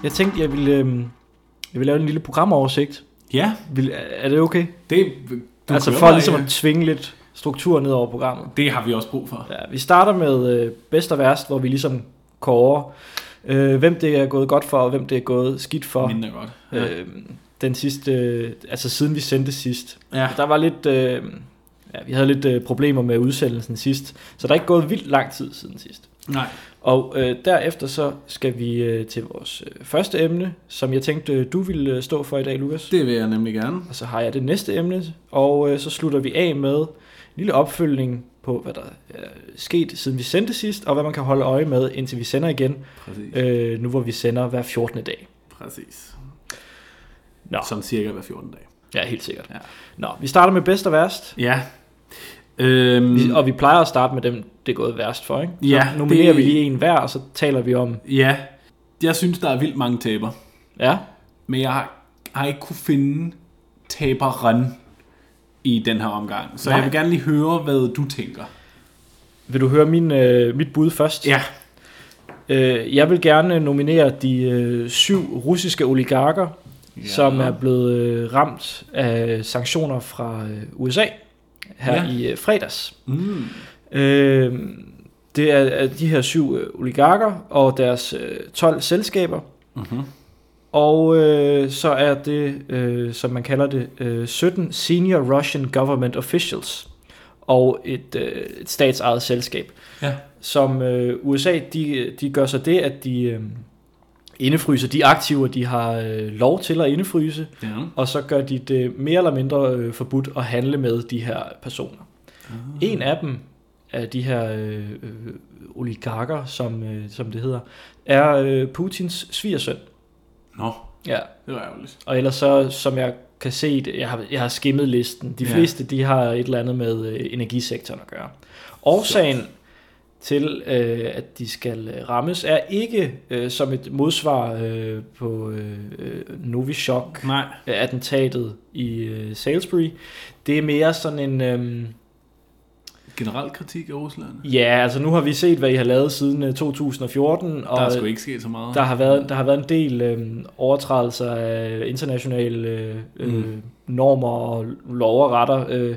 Jeg tænkte, jeg ville lave en lille programoversigt. Ja. Er det okay? Altså for ligesom at tvinge lidt struktur ned over programmet. Det har vi også brug for. Ja, vi starter med bedst og værst, hvor vi ligesom kårer, hvem det er gået godt for, og hvem det er gået skidt for. Mindre godt. Ja. Den sidste, altså siden vi sendte sidst. Ja. Der var lidt, vi havde lidt problemer med udsendelsen sidst, så der er ikke gået vildt lang tid siden sidst. Nej. Og derefter så skal vi til vores første emne, som jeg tænkte, du ville stå for i dag, Lukas. Det vil jeg nemlig gerne. Og så har jeg det næste emne, og så slutter vi af med en lille opfølgning på, hvad der er sket, siden vi sendte sidst, og hvad man kan holde øje med, indtil vi sender igen. Præcis. Nu hvor vi sender hver 14. dag. Præcis. Nå. Sådan cirka hver 14. dag. Ja, helt sikkert. Ja. Nå, vi starter med bedst og værst. Ja. Og vi plejer at starte med dem, det er gået værst for, ikke? Så ja, nominerer vi lige en hver, og så taler vi om... Ja, jeg synes, der er vildt mange taber. Ja. Men jeg har ikke kunne finde taberen i den her omgang. Så jeg vil gerne lige høre, hvad du tænker. Vil du høre mit bud først? Ja. Jeg vil gerne nominere de 7 russiske oligarker, som er blevet ramt af sanktioner fra USA her i fredags. Det er de her 7 oligarker og deres 12 selskaber. Mm-hmm. Og så er det, som man kalder det, 17 senior Russian government officials og et statsejet selskab. Ja. Som USA, de gør så det, at de indefryser de aktiver, de har lov til at indefryse, og så gør de det mere eller mindre forbudt at handle med de her personer. En af dem, af de her oligarker, som det hedder, er Putins svigersøn. Nå, ja. Det var ærgerligt. Og ellers så, som jeg kan se, jeg har skimmet listen. De fleste, de har et eller andet med energisektoren at gøre. Årsagen til, at de skal rammes, er ikke som et modsvar på Novichok-attentatet i Salisbury. Det er mere sådan en... generel kritik af Rusland? Ja, altså nu har vi set, hvad I har lavet siden 2014. Og der er sgu ikke sket så meget. Der har været en del overtrædelser af internationale normer og lov og retter.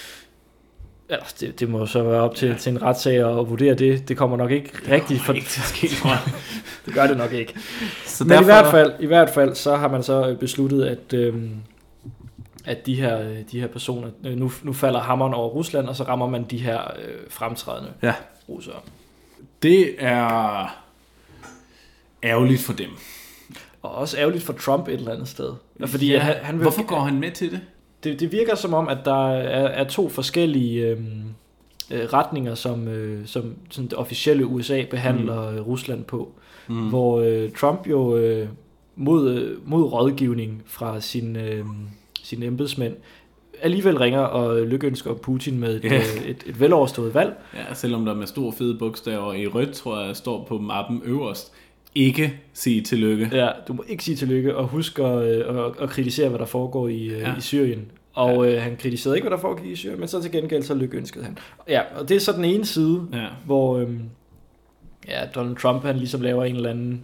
Det må så være op til en retssag at vurdere det. Det kommer nok ikke rigtigt for... Det gør det nok ikke. Så men derfor... i hvert fald så har man så besluttet, at de her personer, nu falder hammeren over Rusland, og så rammer man de her fremtrædende russere. Det er ærgerligt for dem. Og også ærgerligt for Trump et eller andet sted. Fordi han vil, hvorfor går han med til det? Det virker som om, at der er 2 forskellige retninger, som sådan det officielle USA behandler Rusland på. Hvor Trump jo mod rådgivning fra sine embedsmænd alligevel ringer og lykønsker Putin med et veloverstået valg. Ja, selvom der med store fede bogstaver i rødt, tror jeg, står på mappen øverst. Ikke sige tillykke. Ja, du må ikke sige tillykke, og husk at kritisere, hvad der foregår i Syrien. Og han kritiserede ikke, hvad der foregik i Syrien, men så til gengæld så lykønskede han. Ja, og det er så den ene side, hvor Donald Trump han ligesom laver en eller anden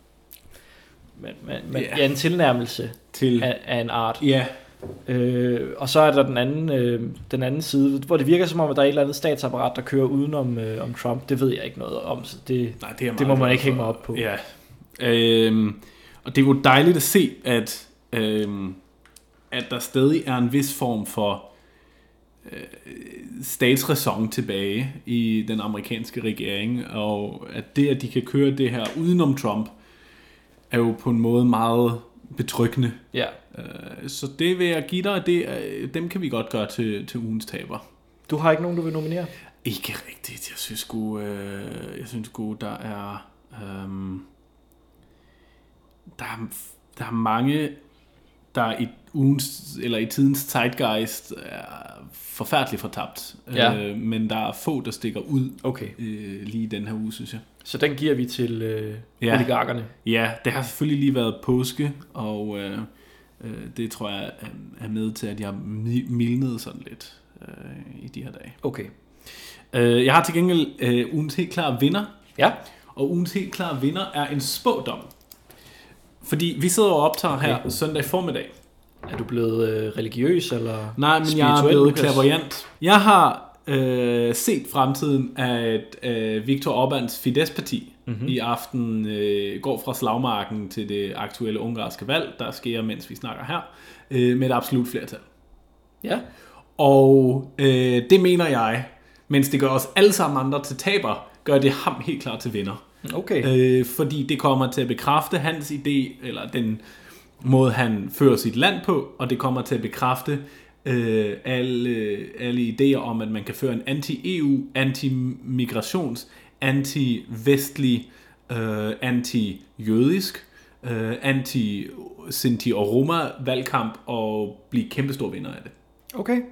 en tilnærmelse af en art. Ja. Og så er der den anden side, hvor det virker som om, at der er et eller andet statsapparat, der kører udenom om Trump. Det ved jeg ikke noget om, så det må man ikke hænge mig op på. Ja. Og det er jo dejligt at se, at der stadig er en vis form for statsræson tilbage i den amerikanske regering, og at det, at de kan køre det her udenom Trump, er jo på en måde meget betryggende. Ja. Så det vil jeg give dig, dem kan vi godt gøre til ugens taber. Du har ikke nogen, du vil nominere? Ikke rigtigt. Jeg synes sgu, der er der er mange, der i ugens eller i tidens zeitgeist er forfærdeligt fortabt. Men der er få, der stikker ud lige den her uge, synes jeg. Så den giver vi til oligarkerne? Ja, det har selvfølgelig lige været påske, og det tror jeg er med til, at jeg har mildnet sådan lidt i de her dage. Okay. Jeg har til gengæld ugens helt klare vinder. Ja. Og ugens helt klare vinder er en spådom. Fordi vi sidder og optager her søndag formiddag. Er du blevet religiøs eller Nej, men jeg er blevet clairvoyant. Jeg har set fremtiden af Viktor Orbáns Fidesz-parti i aften. Går fra slagmarken til det aktuelle ungarske valg, der sker, mens vi snakker her, med et absolut flertal. Ja. Og det mener jeg, mens det gør os alle sammen andre til taber, gør det ham helt klart til vinder. Okay. Fordi det kommer til at bekræfte hans idé, eller den måde, han fører sit land på, og det kommer til at bekræfte alle idéer om, at man kan føre en anti-EU, anti-migrations, anti-vestlig, anti-jødisk, anti-Sinti og Roma-valgkamp og blive kæmpestor vinder af det. Okay.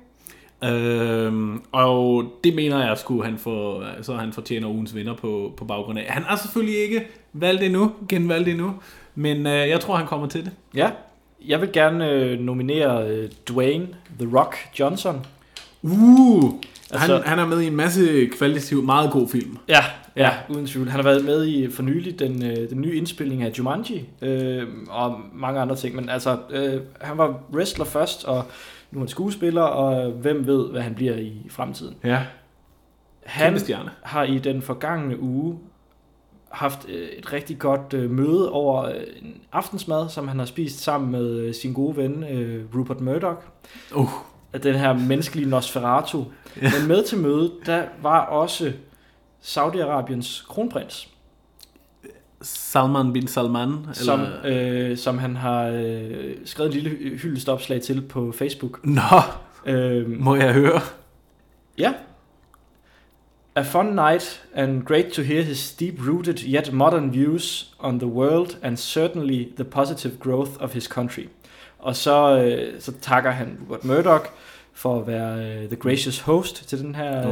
Og det mener jeg så han fortjener ugens vinder på baggrund af. Han er selvfølgelig ikke genvalgt endnu, men jeg tror, han kommer til det. Ja, jeg vil gerne nominere Dwayne The Rock Johnson. Altså, han er med i en masse kvalitativt meget god film. Ja, uden tvivl. Han har været med i for nylig den nye indspilning af Jumanji og mange andre ting. Men altså, han var wrestler først, og nu er han skuespiller, og hvem ved, hvad han bliver i fremtiden. Ja. Han har i den forgangne uge haft et rigtig godt møde over en aftensmad, som han har spist sammen med sin gode ven Rupert Murdoch. Den her menneskelige Nosferatu. Ja. Men med til mødet, der var også Saudi-Arabiens kronprins. Salman bin Salman. Som han har skrevet en lille hyldestopslag til på Facebook. Må jeg høre? Ja. A fun night and great to hear his deep-rooted yet modern views on the world and certainly the positive growth of his country. Og så takker han Rupert Murdoch for at være the gracious host til det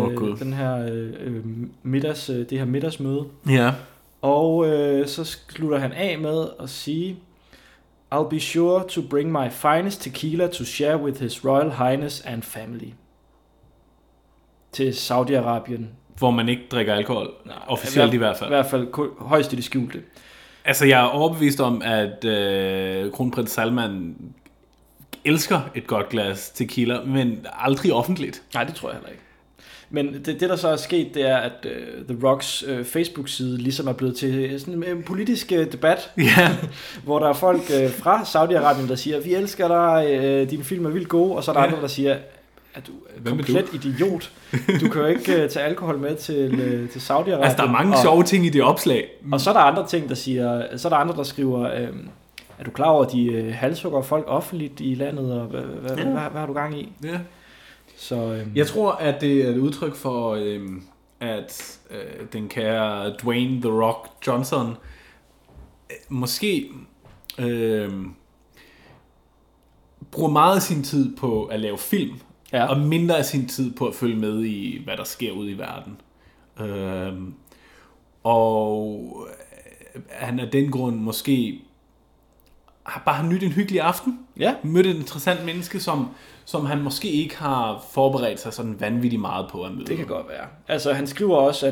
her middagsmøde. Ja. Og så slutter han af med at sige, I'll be sure to bring my finest tequila to share with his royal highness and family. Til Saudi-Arabien. Hvor man ikke drikker alkohol. Nej, officielt i hvert fald. I hvert fald højst i det skjulte. Altså, jeg er overbevist om, at kronprins Salman elsker et godt glas tequila, men aldrig offentligt. Nej, det tror jeg heller ikke. Men det der så er sket, det er, at The Rocks Facebook-side ligesom er blevet til sådan en politisk debat, hvor der er folk fra Saudi-Arabien, der siger, vi elsker dig, dine film er vildt gode, og så er der andre, der siger, at du er komplet idiot. Du kan jo ikke tage alkohol med til Saudi-Arabien. Altså, der er mange sjove ting i det opslag. Og så er der andre ting, der siger, så er der andre, der skriver, er du klar over, at de halshugger folk offentligt i landet, og hvad har du gang i? Ja. Så, jeg tror, at det er et udtryk for, at den kære Dwayne The Rock Johnson måske bruger meget af sin tid på at lave film, og mindre af sin tid på at følge med i, hvad der sker ude i verden. Og han af den grund måske bare har nydt en hyggelig aften. Ja. Mødt et interessant menneske, som han måske ikke har forberedt sig sådan vanvittigt meget på at møde. Det kan godt være. Altså, han skriver også,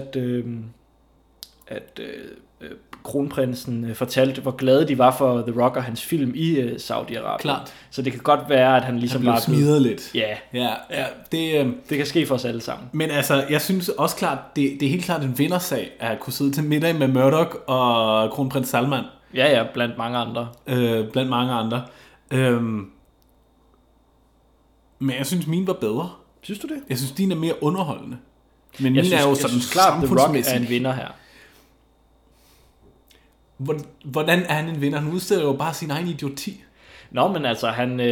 at kronprinsen fortalte, hvor glade de var for The Rock og hans film i Saudi-Arabien. Klart. Så det kan godt være, at han ligesom han blev smidet lidt. Ja. Det kan ske for os alle sammen. Men altså, jeg synes også klart, det er helt klart en vindersag at kunne sidde til middag med Murdoch og kronprins Salman. Ja, blandt mange andre. Men jeg synes, min var bedre. Synes du det? Jeg synes, din er mere underholdende. Men min er jo sådan klart, The Rock er en vinder her. Hvordan er han en vinder? Han udstiller jo bare sin egen idioti. Nå, men altså,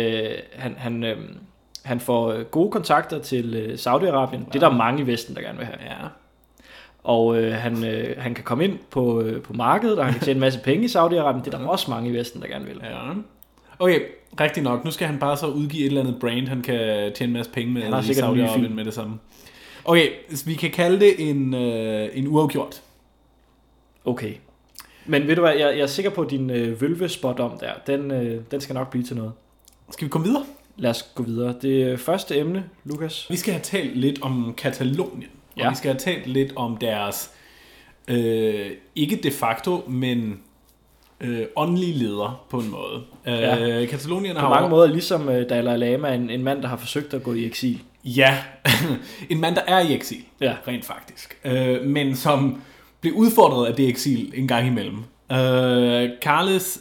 han får gode kontakter til Saudi-Arabien. Det er der mange i Vesten, der gerne vil have. Ja. Og han kan komme ind på markedet, og han kan tjene en masse penge i Saudi-Arabien. Det er der også mange i Vesten, der gerne vil. Ja. Okay, rigtig nok. Nu skal han bare så udgive et eller andet brand, han kan tjene en masse penge med i Saudi-Arabien med det samme. Okay, så vi kan kalde det en uafgjort. Okay. Men ved du hvad, jeg er sikker på, at din vølvespot om der, den skal nok blive til noget. Skal vi komme videre? Lad os gå videre. Det første emne, Lukas. Vi skal have talt lidt om Katalonien. Og vi skal have talt lidt om deres, ikke de facto, men åndelig leder på en måde. Katalonien har på mange måder ligesom Dalai Lama, en mand, der har forsøgt at gå i eksil. Ja, en mand, der er i eksil, rent faktisk. Men som blev udfordret af det eksil en gang imellem. Carles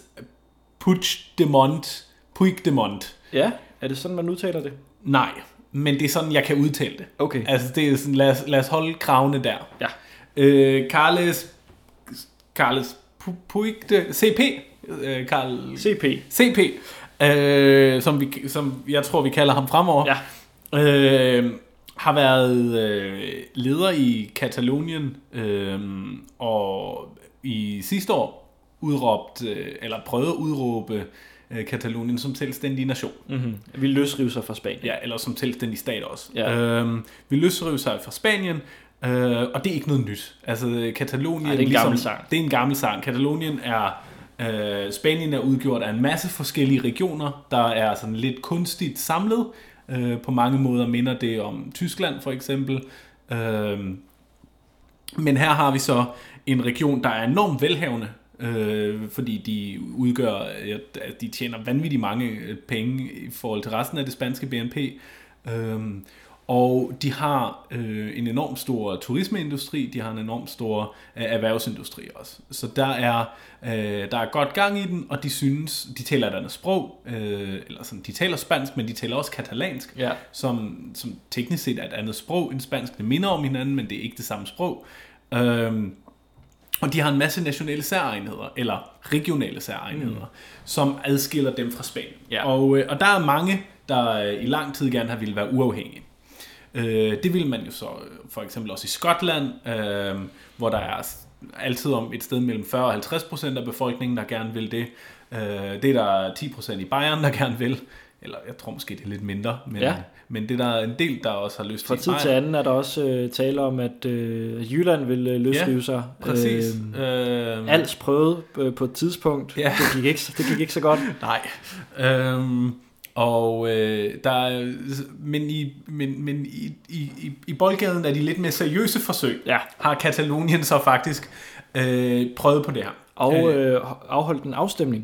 Puigdemont. Ja, er det sådan, man udtaler det? Nej, men det er sådan, jeg kan udtale det. Okay. Altså, det er sådan, lad os holde kravene der. Ja. Carles Puigdemont, CP, som jeg tror, vi kalder ham fremover. Ja. Har været leder i Katalonien og i sidste år prøvede at udråbe Katalonien som selvstændig nation. Mm-hmm. Vi løsrive sig fra Spanien. Ja, eller som selvstændig stat også. Ja. Vi løsrive sig fra Spanien, og det er ikke noget nyt. Altså Katalonien, det er en gammel sang. Det er en gammel sang. Katalonien Spanien er udgjort af en masse forskellige regioner, der er sådan lidt kunstigt samlet. På mange måder minder det om Tyskland for eksempel. Men her har vi så en region, der er enormt velhavende, fordi de tjener vanvittigt mange penge i forhold til resten af det spanske BNP. Og de har en enormt stor turismeindustri, de har en enormt stor erhvervsindustri også. Så der er godt gang i den, og de taler et andet sprog, eller sådan, de taler spansk, men de taler også katalansk, som teknisk set er et andet sprog end spansk. Det minder om hinanden, men det er ikke det samme sprog. Og de har en masse nationale særegenheder, eller regionale særegenheder, som adskiller dem fra Spanien. Ja. Og der er mange, der i lang tid gerne har ville være uafhængige. Det vil man jo så for eksempel også i Skotland, hvor der er altid om et sted mellem 40 og 50% af befolkningen, der gerne vil det. Det er der 10% i Bayern, der gerne vil. Eller jeg tror måske, det er lidt mindre. Men det er der en del, der også har lyst til. Fra tid til anden er der også tale om, at Jylland vil løsrive sig. Præcis. Als prøvede på et tidspunkt. Ja. Det gik ikke så godt. Nej. Men i boldgaden er de lidt mere seriøse forsøg. Ja. Har Katalonien så faktisk prøvet på det her. Og afholdt en afstemning.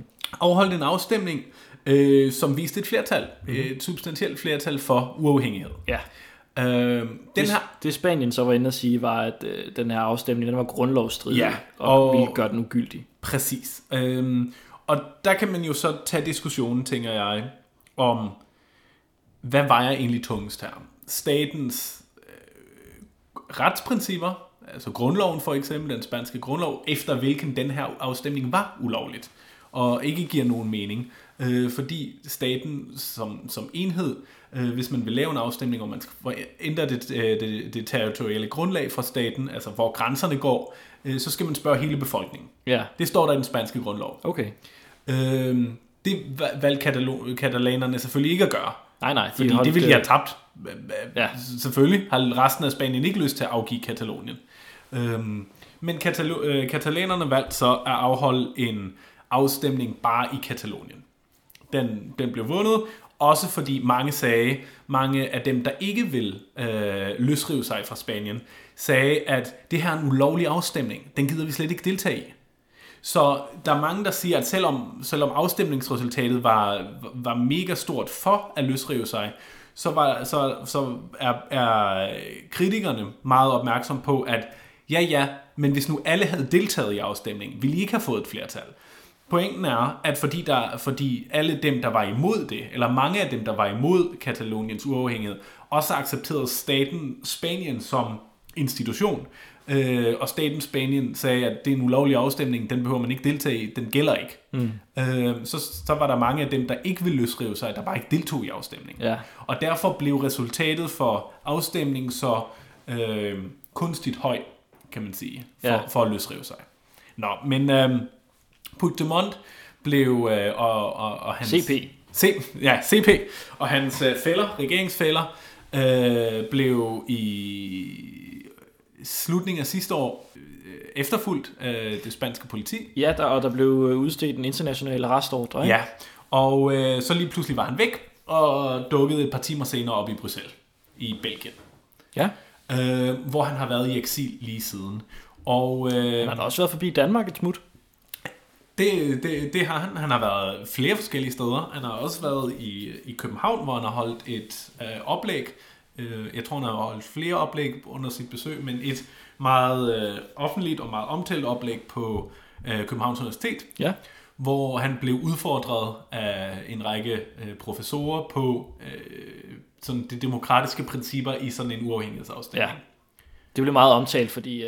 Som viste et flertal. Et substantielt flertal for uafhængighed. Ja. Det Spanien så var inde at sige, var, at den her afstemning, den var grundlovsstridig, og ville gøre den ugyldig. Præcis. Og der kan man jo så tage diskussionen, tænker jeg, om hvad vejer egentlig tungest her? Statens retsprincipper, altså grundloven for eksempel, den spanske grundlov, efter hvilken den her afstemning var ulovligt, og ikke giver nogen mening, fordi staten som enhed, hvis man vil lave en afstemning, og man skal ændre det territoriale grundlag for staten, altså hvor grænserne går, så skal man spørge hele befolkningen. Ja. Det står der i den spanske grundlov. Okay. Det valgte katalanerne selvfølgelig ikke at gøre. Nej. Fordi det ville de have tabt. Ja. Selvfølgelig har resten af Spanien ikke lyst til at afgive Katalonien. Men katalanerne valgte så at afholde en afstemning bare i Katalonien. Den blev vundet, også fordi mange af dem, der ikke vil løsrive sig fra Spanien, sagde, at det her er en ulovlig afstemning. Den gider vi slet ikke deltage i. Så der er mange, der siger, at selvom afstemningsresultatet var mega stort for at løsrive sig, så er kritikerne meget opmærksom på, at men hvis nu alle havde deltaget i afstemningen, ville I ikke have fået et flertal. Pointen er, at fordi alle dem, der var imod det, eller mange af dem, der var imod Kataloniens uafhængighed, også accepterede staten Spanien som institution, og staten Spanien sagde, at det er en ulovlig afstemning, den behøver man ikke deltage i, den gælder ikke. Så var der mange af dem, der ikke ville løsrive sig, der bare ikke deltog i afstemningen. Ja. Og derfor blev resultatet for afstemningen så kunstigt høj, kan man sige, for at løsrive sig. Nå, men Puigdemont blev og hans CP og hans regeringsfæller blev i slutningen af sidste år efterfulgt af det spanske politi. Ja, der blev udstedt en international arrestordre. Ja, og så lige pludselig var han væk og dukkede et par timer senere op i Bruxelles i Belgien. Ja. Hvor han har været i eksil lige siden. Og han har også været forbi Danmark et smut. Det har han. Han har været flere forskellige steder. Han har også været i København, hvor han har holdt et oplæg. Jeg tror, han har holdt flere oplæg under sit besøg, men et meget offentligt og meget omtalt oplæg på Københavns Universitet, hvor han blev udfordret af en række professorer på sådan de demokratiske principper i sådan en uafhængighedsafstemning. Ja. Det blev meget omtalt, fordi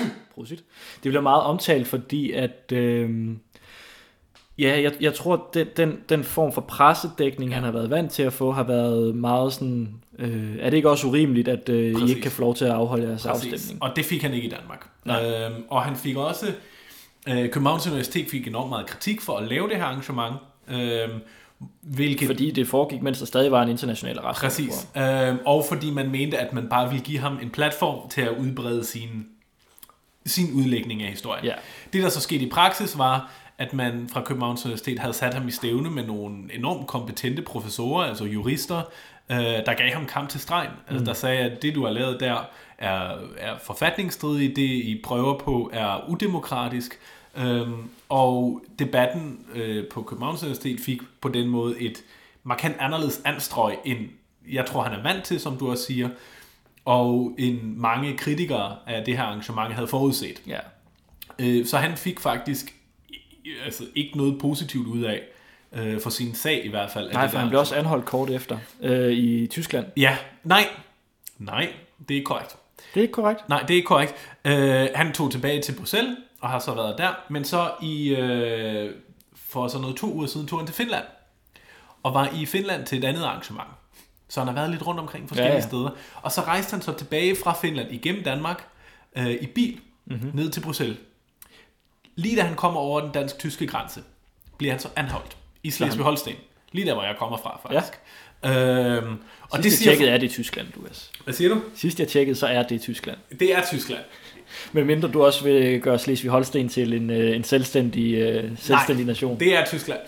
jeg tror, den form for pressedækning, han har været vant til at få, har været meget sådan, er det ikke også urimeligt, at I ikke kan få lov til at afholde jeres afstemning? Og det fik han ikke i Danmark. Og han fik også, Københavns Universitet fik enormt meget kritik for at lave det her arrangement, fordi det foregik, mens der stadig var en international retssag. Præcis. Og fordi man mente, at man bare ville give ham en platform til at udbrede sin udlægning af historien. Ja. Det, der så skete i praksis, var, at man fra Københavns Universitet havde sat ham i stævne med nogle enormt kompetente professorer, altså jurister, der gav ham kamp til stregen. Altså, der sagde, at det, du har lavet der, er forfatningsstridigt, det I prøver på er udemokratisk, og debatten på Københavns Universitet fik på den måde et markant anderledes anstrøg, end jeg tror, han er vant til, som du også siger, og mange kritikere af det her arrangement havde forudset. Ja. Så han fik faktisk ikke noget positivt ud af, for sin sag i hvert fald. Nej, for han blev også anholdt kort efter i Tyskland. Ja, nej, det er ikke korrekt. Det er ikke korrekt? Nej, det er ikke korrekt. Han tog tilbage til Bruxelles, og har så været der, men så for sådan noget 2 uger siden tog han til Finland, og var i Finland til et andet arrangement. Så han har været lidt rundt omkring forskellige steder. Og så rejste han så tilbage fra Finland igennem Danmark i bil ned til Bruxelles. Lige da han kommer over den dansk-tyske grænse, bliver han så anholdt i Slesvig-Holsten. Lige der, hvor jeg kommer fra, faktisk. Ja. Og sidst jeg tjekkede, er det i Tyskland, Lukas. Hvad siger du? Sidst jeg tjekkede, så er det i Tyskland. Det er Tyskland. Men mindre du også vil gøre Slesvig-Holsten til en selvstændig nation. Det er Tyskland.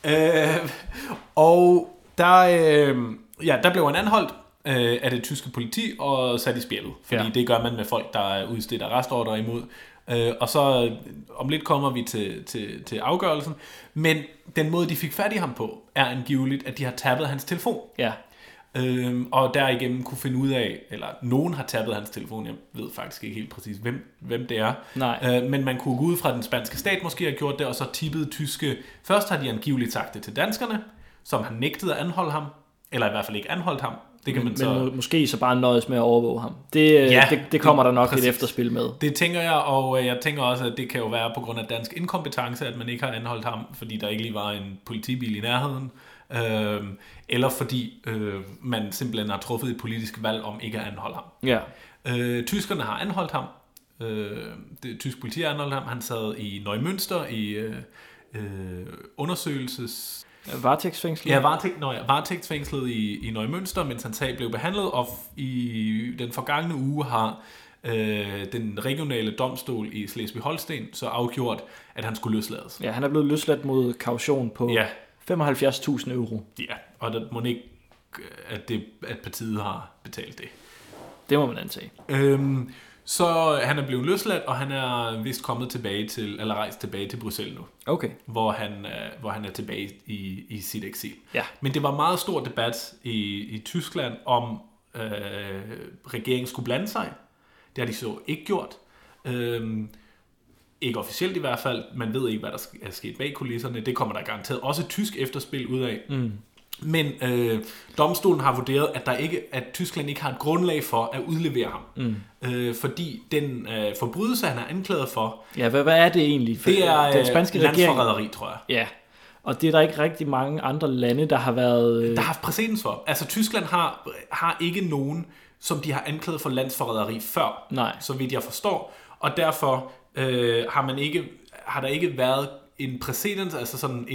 Og der blev han anholdt af det tyske politi og sat i spjældet. Fordi det gør man med folk, der er udstedt arrestordre imod. Og så om lidt kommer vi til afgørelsen. Men den måde, de fik fat i ham på, er angiveligt, at de har tappet hans telefon. Ja. Og derigennem kunne finde ud af, eller nogen har tappet hans telefon, jeg ved faktisk ikke helt præcis, hvem det er. Men man kunne gå ud fra, den spanske stat måske har gjort det, og så tippede tyske. Først har de angiveligt sagt det til danskerne, som har nægtet at anholde ham, eller i hvert fald ikke anholdt ham. Det kan man men måske så bare nøjes med at overvåge ham. Det kommer der nok et efterspil med. Det tænker jeg, og jeg tænker også, at det kan jo være på grund af dansk inkompetence, at man ikke har anholdt ham, fordi der ikke lige var en politibil i nærheden. Eller fordi man simpelthen har truffet et politisk valg om ikke at anholde ham. Ja. Tyskerne har anholdt ham. Det tyske politi har anholdt ham. Han sad i Neumünster i undersøgelses... Varetægtsfængslet? Ja, varetægtsfængslet i Neumünster, mens hans sag blev behandlet, og i den forgangne uge har den regionale domstol i Slesvig-Holsten så afgjort, at han skulle løslades. Ja, han er blevet løsladt mod kaution på 75.000 euro. Ja, og der må ikke, at partiet har betalt det. Det må man antage. Så han er blevet løsladt, og han er vist rejst tilbage til Bruxelles nu. Okay. Hvor han er tilbage i sit eksil. Ja. Men det var meget stor debat i Tyskland om regeringen skulle blande sig. Det har de så ikke gjort. Ikke officielt i hvert fald. Man ved ikke, hvad der er sket bag kulisserne. Det kommer der garanteret også tysk efterspil ud af. Men domstolen har vurderet, at Tyskland ikke har et grundlag for at udlevere ham. Fordi den forbrydelse, han er anklaget for... Ja, hvad er det egentlig? Det er den spanske landsforræderi, tror jeg. Ja, og det er der ikke rigtig mange andre lande, der har været... Der har haft præcedens for. Altså, Tyskland har ikke nogen, som de har anklaget for landsforræderi før, så vidt jeg forstår. Og derfor har der ikke været en præcedens, altså sådan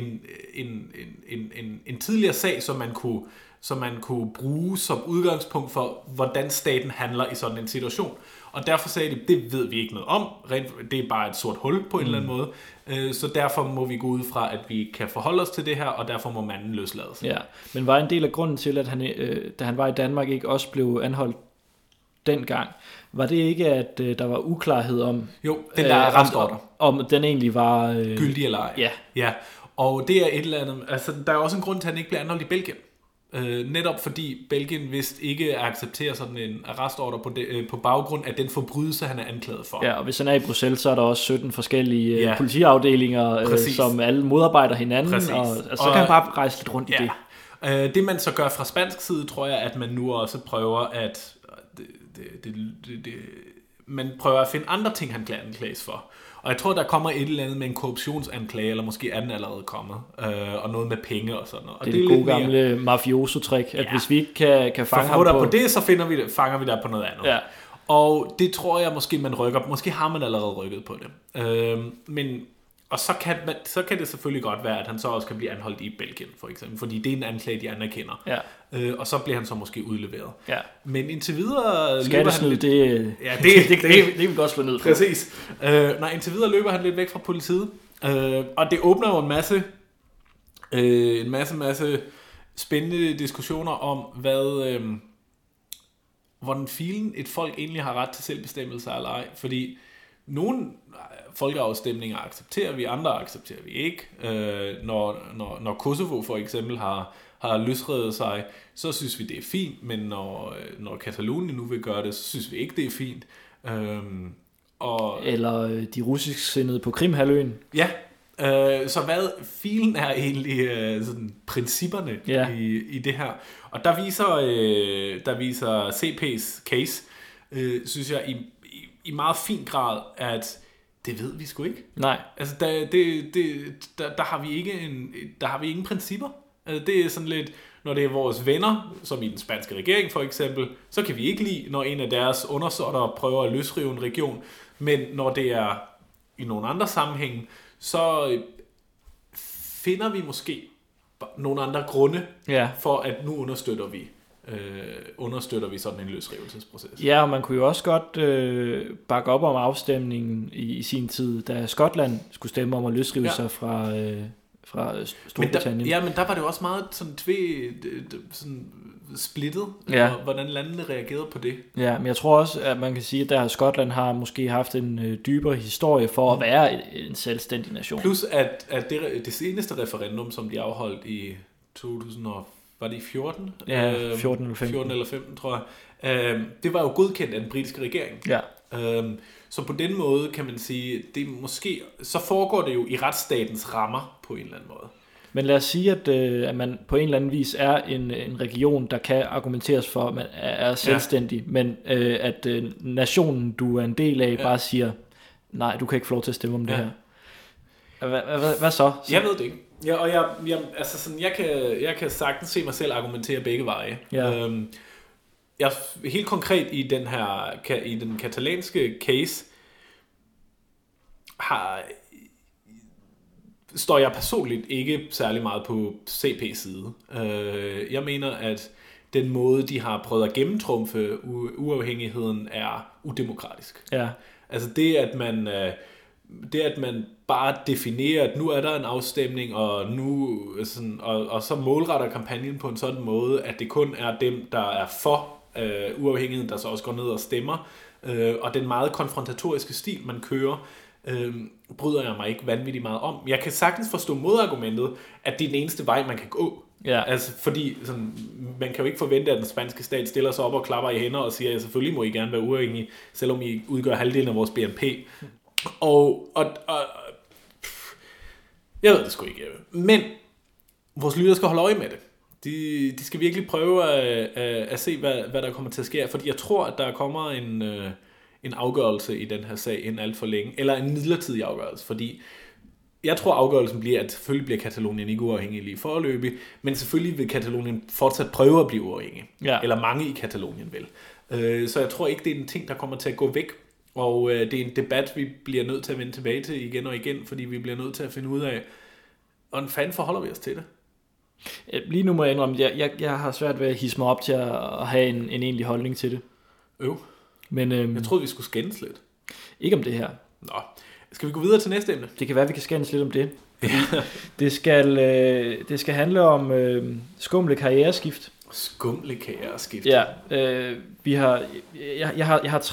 en tidligere sag, som man kunne bruge som udgangspunkt for, hvordan staten handler i sådan en situation. Og derfor sagde de, det ved vi ikke noget om. Det er bare et sort hul på en eller anden måde. Så derfor må vi gå ud fra, at vi kan forholde os til det her, og derfor må manden løslades. Ja, men var en del af grunden til, at han, da han var i Danmark, ikke også blev anholdt dengang. Var det ikke, at der var uklarhed om... Jo, den der arrestordre. Om den egentlig var... gyldig eller ej. Ja. Ja. Og det er et eller andet... Altså, der er også en grund til, at han ikke bliver anholdt i Belgien. Netop fordi Belgien vist ikke accepterer sådan en arrestordre på baggrund af den forbrydelse, han er anklaget for. Ja, og hvis han er i Bruxelles, så er der også 17 forskellige politiafdelinger, som alle modarbejder hinanden, og så kan han bare rejse lidt rundt i det. Det man så gør fra spansk side, tror jeg, at man nu også prøver at... man prøver at finde andre ting, han kan anklages for. Og jeg tror, der kommer et eller andet med en korruptionsanklage, eller måske er den allerede kommet, og noget med penge og sådan noget. Og det er det gode gamle mafioso-trick, at hvis vi ikke kan fange ham på det, så fanger vi der på noget andet. Ja. Og det tror jeg måske, man rykker. Måske har man allerede rykket på det. Og så kan det selvfølgelig godt være, at han så også kan blive anholdt i Belgien, for eksempel. Fordi det er en anklage, de anerkender. Ja. Og så bliver han så måske udleveret. Ja. Men indtil videre... Skattesnyd, det kan vi godt slå ned på. Præcis. Indtil videre løber han lidt væk fra politiet. Og det åbner jo en masse spændende diskussioner om, hvordan filen et folk egentlig har ret til selvbestemmelse eller ej. Fordi nogle folkeafstemninger accepterer vi, andre accepterer vi ikke. Når Kosovo for eksempel har løsredet sig, så synes vi, det er fint, men når Katalonien nu vil gøre det, så synes vi ikke, det er fint. Eller de russisksindede på Krimhalvøen. Ja, så hvad filen er egentlig sådan principperne i det her? Og der viser CP's case, synes jeg, i meget fin grad, at det ved vi sgu ikke. Nej. Altså, der har vi ingen principper. Altså, det er sådan lidt, når det er vores venner, som i den spanske regering for eksempel, så kan vi ikke lide, når en af deres undersåtter prøver at løsrive en region. Men når det er i nogle andre sammenhænge, så finder vi måske nogle andre grunde for, at nu understøtter vi sådan en løsrivelsesproces. Ja, og man kunne jo også godt bakke op om afstemningen i sin tid, da Skotland skulle stemme om at løsrive sig fra Storbritannien. Men der var det også meget sådan splittet, hvordan landene reagerede på det. Ja, men jeg tror også, at man kan sige, at Skotland har måske haft en dybere historie for at være en selvstændig nation. Plus at det seneste referendum, som de afholdt i 2014? Ja, 14 eller 15. 14 eller 15, tror jeg. Det var jo godkendt af den britiske regering. Ja. Så på den måde kan man sige, så foregår det jo i retsstatens rammer på en eller anden måde. Men lad os sige, at man på en eller anden vis er en region, der kan argumenteres for, at man er selvstændig, men at nationen, du er en del af, bare siger, nej, du kan ikke få lov til at stemme om det her. Hvad så? Jeg ved det ikke. Ja, og jeg kan sagtens se mig selv argumentere begge veje. Ja. Jeg helt konkret i den katalanske case står jeg personligt ikke særlig meget på CP's side. Jeg mener, at den måde, de har prøvet at gennemtrumfe uafhængigheden, er udemokratisk. Ja. Altså det, at man bare definerer, at nu er der en afstemning, og så målretter kampagnen på en sådan måde, at det kun er dem, der er for uafhængigheden, der så også går ned og stemmer. Og den meget konfrontatoriske stil, man kører, bryder jeg mig ikke vanvittigt meget om. Jeg kan sagtens forstå modargumentet, at det er den eneste vej, man kan gå. Ja. Altså, fordi man kan jo ikke forvente, at den spanske stat stiller sig op og klapper i hænder og siger, at selvfølgelig må I gerne være uafhængige, selvom I udgør halvdelen af vores BNP. Og jeg ved det sgu ikke. Men vores lytter skal holde øje med det. De skal virkelig prøve at se, hvad der kommer til at ske. Fordi jeg tror, at der kommer en afgørelse i den her sag inden alt for længe. Eller en midlertidig afgørelse. Fordi jeg tror, afgørelsen bliver, at selvfølgelig bliver Katalonien ikke uafhængig lige foreløbig. Men selvfølgelig vil Katalonien fortsat prøve at blive uafhængig. Ja. Eller mange i Katalonien vil. Så jeg tror ikke, det er en ting, der kommer til at gå væk. Og det er en debat, vi bliver nødt til at vende tilbage til igen og igen. Fordi vi bliver nødt til at finde ud af, hvordan fanden forholder vi os til det? Lige nu må jeg indrømme, jeg har svært ved at hisse mig op til at have en egentlig holdning til det. Men, jeg troede, vi skulle skændes lidt. Ikke om det her. Nå, skal vi gå videre til næste emne? Det kan være, vi kan skændes lidt om det. Det skal handle om skumle karriereskift. Skumlekager og skift. Ja, jeg har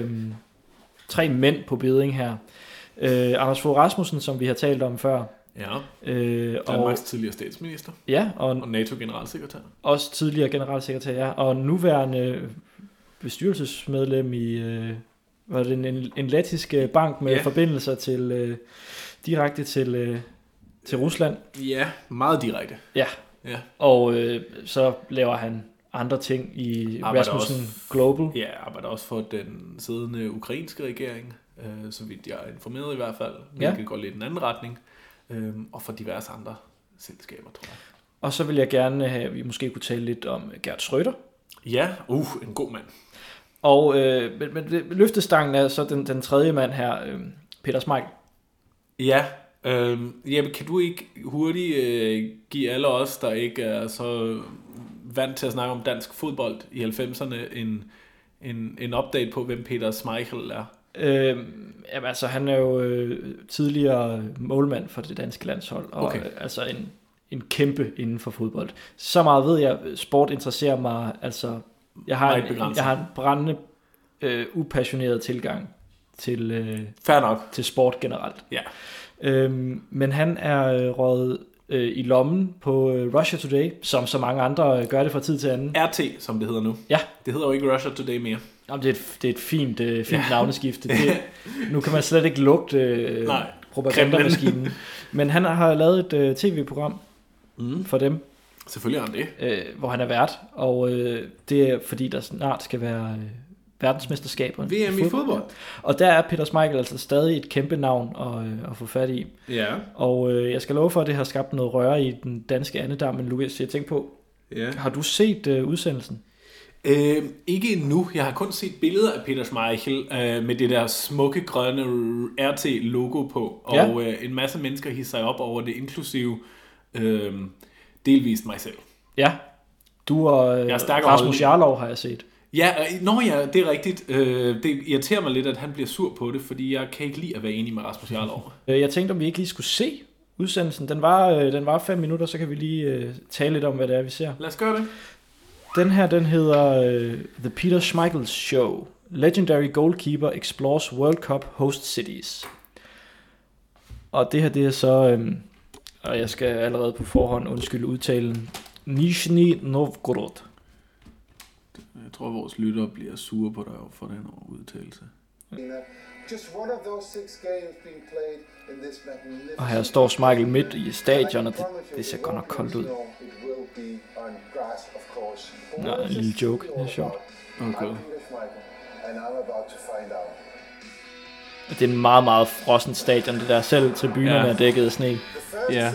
tre mænd på beding her. Anders Fogh Rasmussen, som vi har talt om før. Ja, Danmarks tidligere statsminister. Ja, og NATO-generalsekretær. Også tidligere generalsekretær, ja. Og nuværende bestyrelsesmedlem i var det en lettisk bank med forbindelser til direkte til Rusland. Ja, meget direkte. Ja. Og så laver han andre ting i Rasmussen Global. Ja, arbejder også for den siddende ukrainske regering, så vidt jeg er informeret i hvert fald, hvilket går lidt i en anden retning, og for diverse andre selskaber, tror jeg. Og så vil jeg gerne have, at vi måske kunne tale lidt om Gert Schröder. Ja, en god mand. Og men løftestangen er så den tredje mand her, Peter Schmeichel. Ja, kan du ikke hurtigt give alle os, der ikke er så vant til at snakke om dansk fodbold i 90'erne, en update på, hvem Peter Schmeichel er? Jamen, altså, han er jo tidligere målmand for det danske landshold, og altså en kæmpe inden for fodbold. Så meget ved jeg, sport interesserer mig, altså jeg har en brændende upassioneret tilgang til sport generelt. Ja. Men han er røget i lommen på Russia Today, som så mange andre gør det fra tid til anden. RT, som det hedder nu. Ja. Det hedder jo ikke Russia Today mere. Jamen, det er et fint navneskifte. Nu kan man slet ikke lugte propagandamaskinen. Men han har lavet et tv-program for dem. Selvfølgelig har han det. Hvor han er vært, og det er fordi, der snart skal være verdensmesterskaber. VM i fodbold. Og der er Peter Schmeichel altså stadig et kæmpe navn at få fat i. Ja. Og jeg skal love for, at det har skabt noget røre i den danske andedam, men Louis, jeg tænker på, har du set udsendelsen? Ikke endnu. Jeg har kun set billeder af Peter Schmeichel med det der smukke grønne RT-logo på, og en masse mennesker hisser sig op over det, inklusive delvist mig selv. Ja, du og Rasmus Jarlov har jeg set. Ja, det er rigtigt. Det irriterer mig lidt, at han bliver sur på det, fordi jeg kan ikke lide at være enig med Rasmus Jarlov. Jeg tænkte, om vi ikke lige skulle se udsendelsen. Den var 5 minutter, så kan vi lige tale lidt om, hvad det er, vi ser. Lad os gøre det. Den her, den hedder The Peter Schmeichel Show. Legendary goalkeeper explores World Cup host cities. Og det her, det er så, og jeg skal allerede på forhånd undskylde udtalen, Nizhny Novgorod. Jeg tror, vores lyttere bliver sure på dig for den udtalelse. Og her står Schmeichel midt i stadion, og det ser godt nok koldt ud. Nå, en lille joke. Det er sjovt. Okay. Det er en meget, meget frossen stadion, det der. Selv tribunerne er dækket af sne. Ja.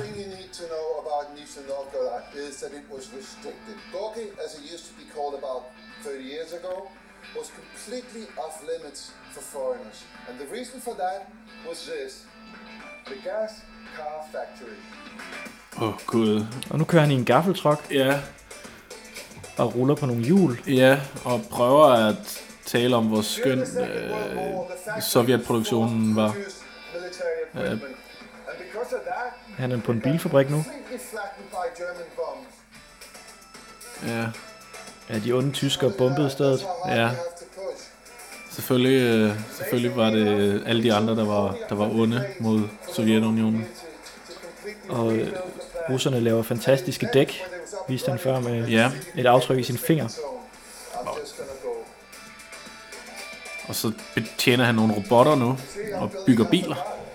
Was completely off limits for foreigners. And the reason for that was this. The gas car factory. Gud. Og nu kører han i en gaffeltruck. Ja. Og ruller på nogle hjul. Ja, og prøver at tale om, hvor skøn sovjetproduktionen var. Han er på en bilfabrik nu. Ja. Ja, de onde tyskere bombede stedet. Ja. Selvfølgelig var det alle de andre, der var onde mod Sovjetunionen. Og russerne laver fantastiske dæk, viste han før med et aftryk i sin finger. Og så betjener han nogle robotter nu og bygger biler.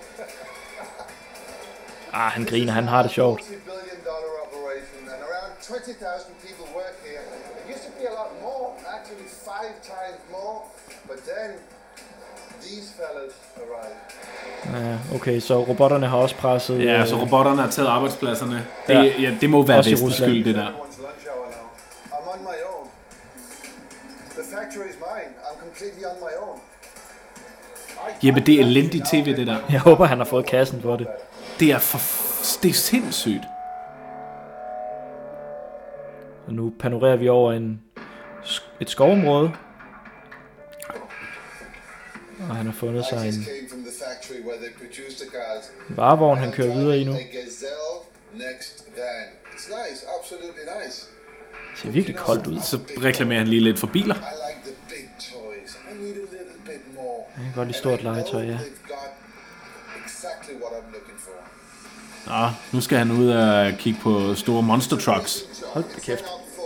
Han griner, han har det sjovt. 20,000 people work here. It used to be a lot more, actually 5 times more, but then these fellas arrived. Ja, okay, så robotterne har også presset... Ja, så robotterne har taget arbejdspladserne. Det må være Vestens skyld, det der. I'm on my own. The factory is mine. I'm completely on my own. Jeppe, det er elendigt tv, det der. Jeg håber, han har fået kassen for det. Det er sindssygt. Og nu panorerer vi over et skovområde. Og han har fundet sig en varevogn, han kører videre i nu. ser virkelig koldt ud. Så reklamerer han lige lidt for biler. Jeg kan godt lide stort legetøj, ja. Nå, nu skal han ud og kigge på store monster trucks. Hold da kæft.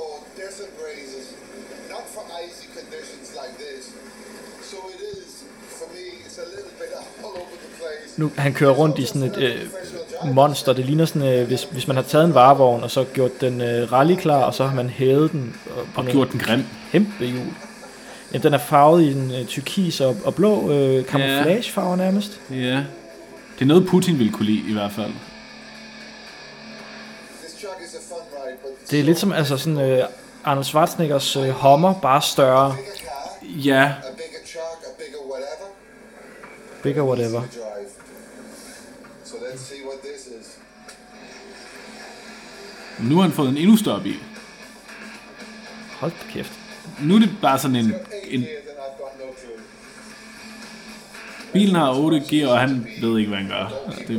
Nu, han kører rundt i sådan et monster. Det ligner sådan, hvis man har taget en varevogn, og så gjort den rallyklar, og så har man hævet den. Og gjort den grim. Kæmpe hjul. Jamen, den er farvet i en turkis og blå camouflagefarver nærmest. Ja. Det er noget, Putin ville kunne lide i hvert fald. Det er lidt som altså sådan Arnold Schwarzeneggers Hummer, bare større. Ja. Bigger whatever. Nu har han fået en endnu større bil. Hold da kæft. Nu er det bare sådan en bilen har 8 gear, og han ved ikke, hvad han gør. Det...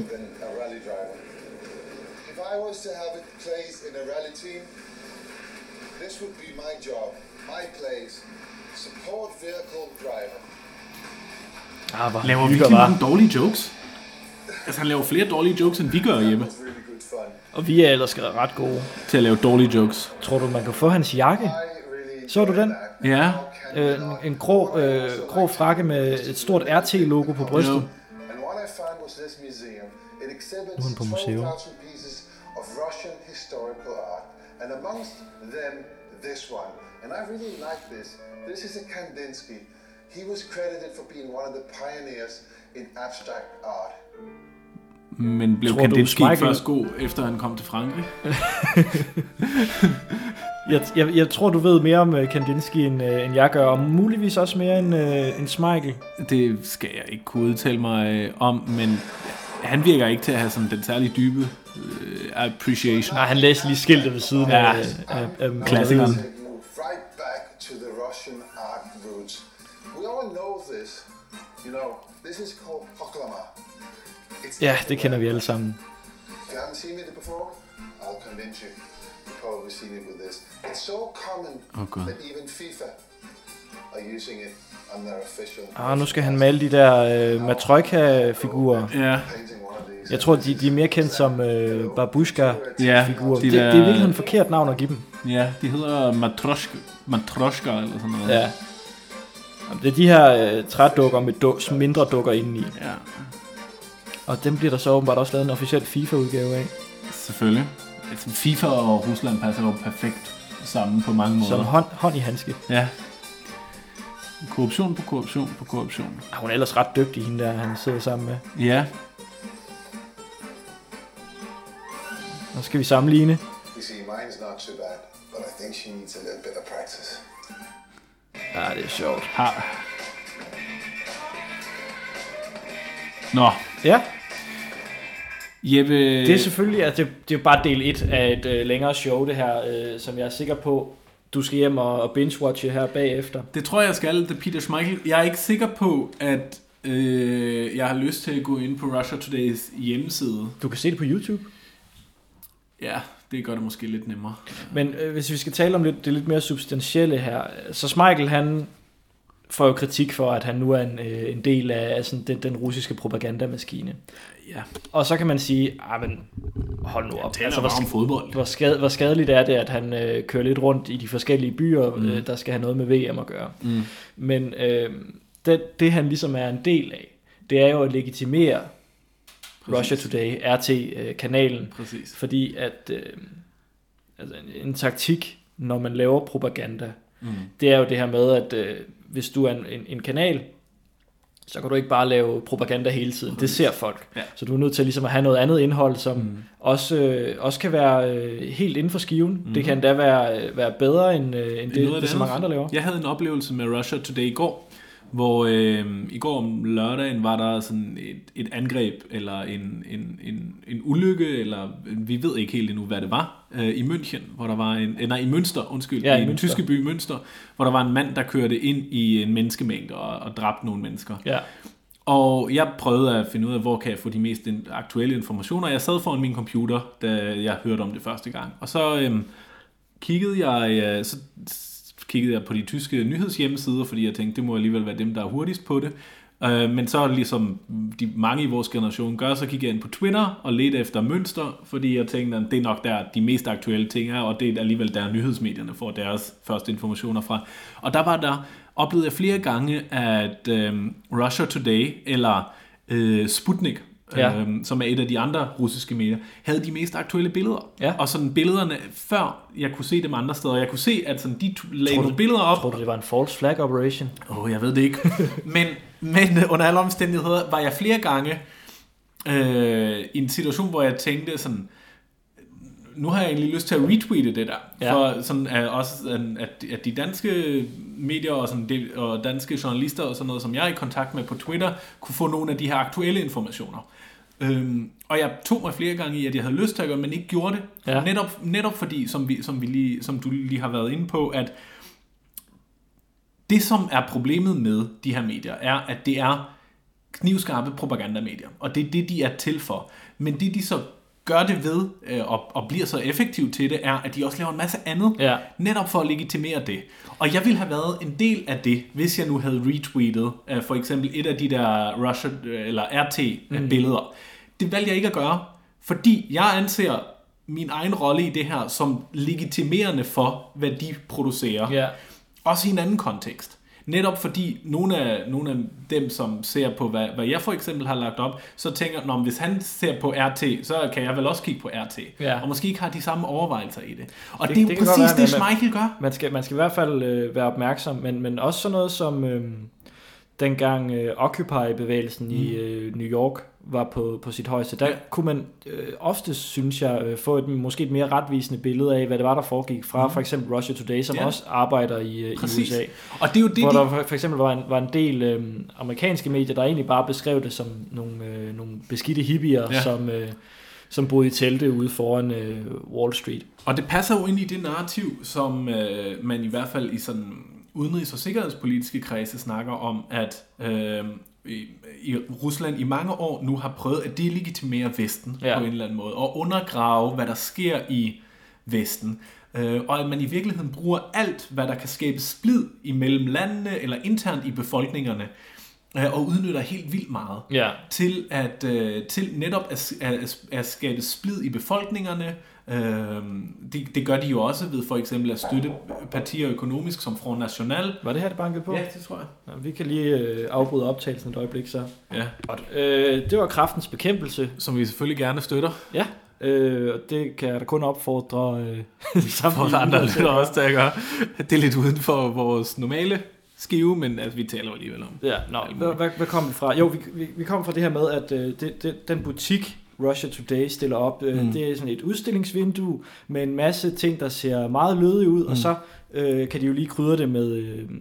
Laver vi ikke mange dårlige jokes? Altså, han laver flere dårlige jokes, end vi gør hjemme. Og vi er ellers ret gode til at lave dårlige jokes. Tror du, man kan få hans jakke? Så du den? Ja. En grå frakke med et stort RT-logo på brystet. Nu er han på museum. And amongst them, this one. And I really like this. This is a Kandinsky. He was credited for being one of the pioneers in abstract art. Men blev Kandinsky først god, efter han kom til Frankrig? jeg tror, du ved mere om Kandinsky, end jeg gør, og muligvis også mere end Schmeichel. Det skal jeg ikke kunne udtale mig om, men han virker ikke til at have sådan den særlig dybe appreciation. Nej, han læser lige skiltet ved siden af klassikeren. Right back to the Russian art roots. We all know this. You know, this is called Poklama. Ja, det kender vi alle sammen. If you haven't seen it before, I'll convince you. You've probably seen it with this. It's so common that even FIFA are using it on their official. Nu skal han male de der Matrojka-figurer. Ja. Jeg tror, de er mere kendt som babushka-figurer. Ja, det er virkelig en forkert navn at give dem. Ja, de hedder Matroshka eller sådan noget. Ja. Det er de her trædukker med mindre dukker indeni. Ja. Og dem bliver der så åbenbart også lavet en officiel FIFA-udgave af. Selvfølgelig. FIFA og Rusland passer jo perfekt sammen på mange måder. Som hånd i handske. Ja. Korruption på korruption på korruption. Hun er ellers ret dygtig, hende der, han sidder sammen med. Ja. Nu skal vi sammenligne. You see, mine's not too bad, but I think she needs a little bit of practice. Ja, det er sjovt. Nå. Ja. Jeppe... Det er selvfølgelig, at det er jo bare del 1 af et længere show, det her, som jeg er sikker på, du skal hjem og binge-watche her bagefter. Det tror jeg skal, det Peter Schmeichel. Jeg er ikke sikker på, at jeg har lyst til at gå ind på Russia Today's hjemmeside. Du kan se det på YouTube. Ja, det gør det måske lidt nemmere. Men hvis vi skal tale om det lidt mere substantielle her, så Schmeichel, han får jo kritik for, at han nu er en del af sådan den russiske propagandamaskine. Ja. Og så kan man sige, men hold nu op. Altså, om fodbold. Hvor skadeligt er det, at han kører lidt rundt i de forskellige byer, der skal have noget med VM at gøre. Men det han ligesom er en del af, det er jo at legitimere Russia Today, RT-kanalen. Præcis. Fordi at altså en taktik, når man laver propaganda, det er jo det her med, at hvis du er en kanal, så kan du ikke bare lave propaganda hele tiden. Det ser folk. Ja. Så du er nødt til ligesom at have noget andet indhold, som også kan være helt inden for skiven. Det kan da være bedre end det så mange andre laver. Jeg havde en oplevelse med Russia Today i går, hvor i går om lørdagen var der sådan et angreb eller en ulykke, eller vi ved ikke helt endnu, hvad det var, i München, hvor der var i Münster, i den tyske by Münster, hvor der var en mand, der kørte ind i en menneskemængde og dræbte nogle mennesker. Ja. Og jeg prøvede at finde ud af, hvor kan jeg få de mest aktuelle informationer. Jeg sad foran min computer, da jeg hørte om det første gang. Og så kiggede jeg på de tyske nyhedshjemmesider, fordi jeg tænkte, det må alligevel være dem, der er hurtigst på det. Men så ligesom de mange i vores generation gør, så gik jeg ind på Twitter og ledte efter mønster, fordi jeg tænkte, at det er nok der de mest aktuelle ting er, og det er alligevel der nyhedsmedierne får deres første informationer fra. Og oplevede jeg flere gange, at Russia Today eller Sputnik, som er et af de andre russiske medier, havde de mest aktuelle billeder. Ja. Og sådan billederne, før jeg kunne se dem andre steder, jeg kunne se, at sådan, de lagde nogle billeder op. Tror du, det var en false flag operation? Jeg ved det ikke. men under alle omstændigheder var jeg flere gange i en situation, hvor jeg tænkte sådan, nu har jeg egentlig lyst til at retweete det der. Ja. For sådan at de danske medier og danske journalister og sådan noget, som jeg er i kontakt med på Twitter, kunne få nogle af de her aktuelle informationer. Og jeg tog mig flere gange i, at jeg havde lyst til at gøre, men ikke gjorde det. Ja. Netop fordi, som du lige har været inde på, at det, som er problemet med de her medier, er, at det er knivskarpe propagandamedier. Og det er det, de er til for. Men det, de så gør det ved, og bliver så effektivt til det, er, at de også laver en masse andet, netop for at legitimere det. Og jeg ville have været en del af det, hvis jeg nu havde retweetet, for eksempel et af de der Russia eller RT-billeder. Det valgte jeg ikke at gøre, fordi jeg anser min egen rolle i det her som legitimerende for, hvad de producerer. Yeah. Også i en anden kontekst. Netop fordi nogle af dem, som ser på, hvad jeg for eksempel har lagt op, så tænker, hvis han ser på RT, så kan jeg vel også kigge på RT. Ja. Og måske ikke har de samme overvejelser i det. Og det er jo præcis det, Schmeichel gør. Man skal i hvert fald være opmærksom, men også sådan noget som dengang Occupy-bevægelsen i New York var på sit højeste. Der kunne man ofte, synes jeg, få måske et mere retvisende billede af, hvad det var, der foregik fra for eksempel Russia Today, som også arbejder i USA. Og det er jo det, hvor der for eksempel var en del amerikanske medier, der egentlig bare beskrev det som nogle beskidte hippier, som boede i telte ude foran Wall Street. Og det passer jo ind i det narrativ, som man i hvert fald i sådan udenrigs- og sikkerhedspolitiske kredse snakker om, at i Rusland i mange år nu har prøvet at delegitimere Vesten på en eller anden måde, og undergrave, hvad der sker i Vesten. Og at man i virkeligheden bruger alt, hvad der kan skabe splid imellem landene eller internt i befolkningerne, og udnytter helt vildt meget til netop at skabe splid i befolkningerne. Det gør de jo også ved for eksempel at støtte partier økonomisk som Front National. Var det her, det bankede på? Ja, det tror jeg. Ja, vi kan lige afbryde optagelsen et øjeblik så. Ja. Det var Kræftens Bekæmpelse, som vi selvfølgelig gerne støtter. Ja. Og det kan jeg da kun opfordre samtlige andre lytter også til at gøre. Det er lidt uden for vores normale skive, men vi taler alligevel om. Ja, hvad kom vi fra? Jo, vi kom fra det her med, at den butik, Russia Today stiller op, det er sådan et udstillingsvindue med en masse ting, der ser meget lødige ud, og så kan de jo lige krydre det med